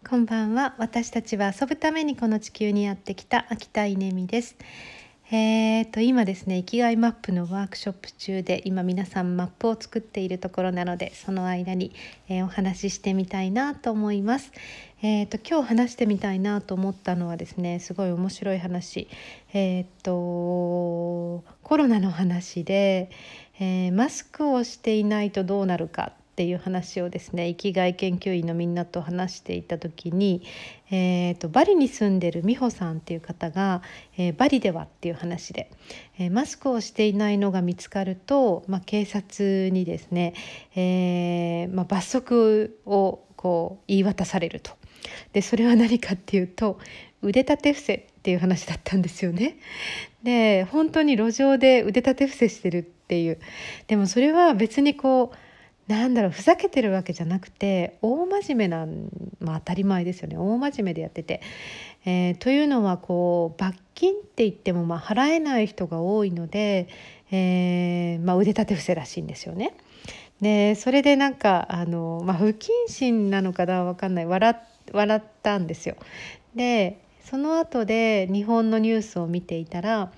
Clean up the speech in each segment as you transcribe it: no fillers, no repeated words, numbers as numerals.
こんばんは。私たちは遊ぶためにこの地球にやってきた秋田稲美です。今ですね、生きがいマップのワークショップ中で、今皆さんマップを作っているところなので、その間に、お話ししてみたいなと思います。今日話してみたいなと思ったのはですね、すごい面白い話、コロナの話で、マスクをしていないとどうなるかっていう話をですね、生きがい研究員のみんなと話していた時に、バリに住んでる美穂さんっていう方が、バリではっていう話で、マスクをしていないのが見つかると、警察にですね、罰則を言い渡されると。でそれは何かっていうと、腕立て伏せっていう話だったんですよね。で本当に路上で腕立て伏せしてるっていう。でもそれは別にふざけてるわけじゃなくて、大真面目な、当たり前ですよね。大真面目でやってて、というのは罰金って言っても払えない人が多いので、腕立て伏せらしいんですよね。でそれで不謹慎なのかな、分かんない、笑ったんですよ。でその後で日本のニュースを見ていたら、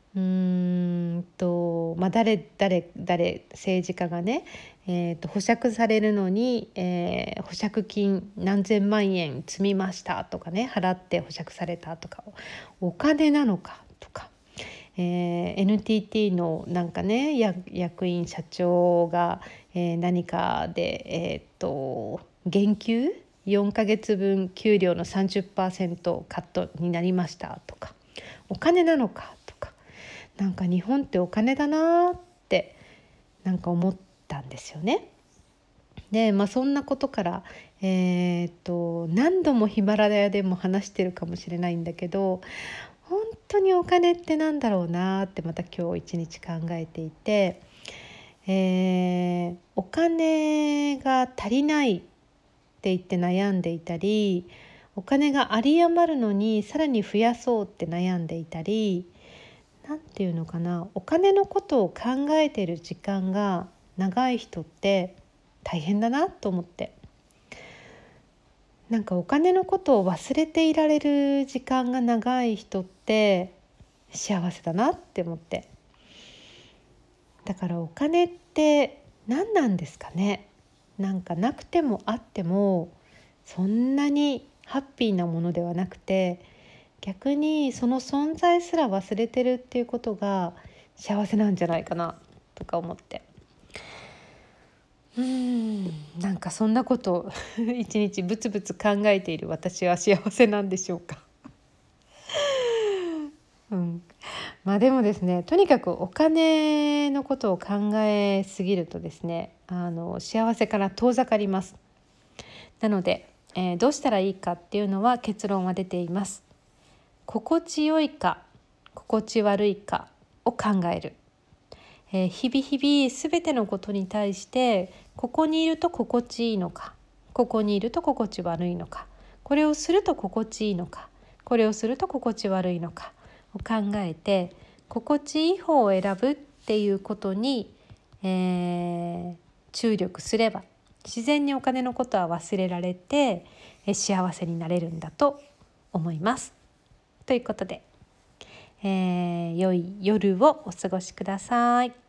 誰政治家がね、保釈されるのに、保釈金何千万円積みましたとかね、払って保釈されたとか、お金なのかとか、NTT の役員社長が、何かで、減給4ヶ月分給料の 30% カットになりましたとか、お金なのかとか、日本ってお金だなって思ったんですよね。でそんなことから、何度もヒマラヤでも話してるかもしれないんだけど、本当にお金ってなんだろうなってまた今日一日考えていて、お金が足りないって言って悩んでいたり、お金が有り余るのにさらに増やそうって悩んでいたり、お金のことを考えている時間が長い人って大変だなと思って、お金のことを忘れていられる時間が長い人って幸せだなって思って。だからお金って何なんですかね。なくてもあってもそんなにハッピーなものではなくて、逆にその存在すら忘れてるっていうことが幸せなんじゃないかなとか思って、そんなことを一日ブツブツ考えている私は幸せなんでしょうか。でもですね、とにかくお金のことを考えすぎるとですね、幸せから遠ざかります。なので、どうしたらいいかっていうのは結論は出ています。心地よいか心地悪いかを考える。日々日々全てのことに対して、ここにいると心地いいのか、ここにいると心地悪いのか、これをすると心地いいのか、これをすると心地悪いのかを考えて、心地いい方を選ぶっていうことに、注力すれば、自然にお金のことは忘れられて、幸せになれるんだと思います。ということで、良い夜をお過ごしください。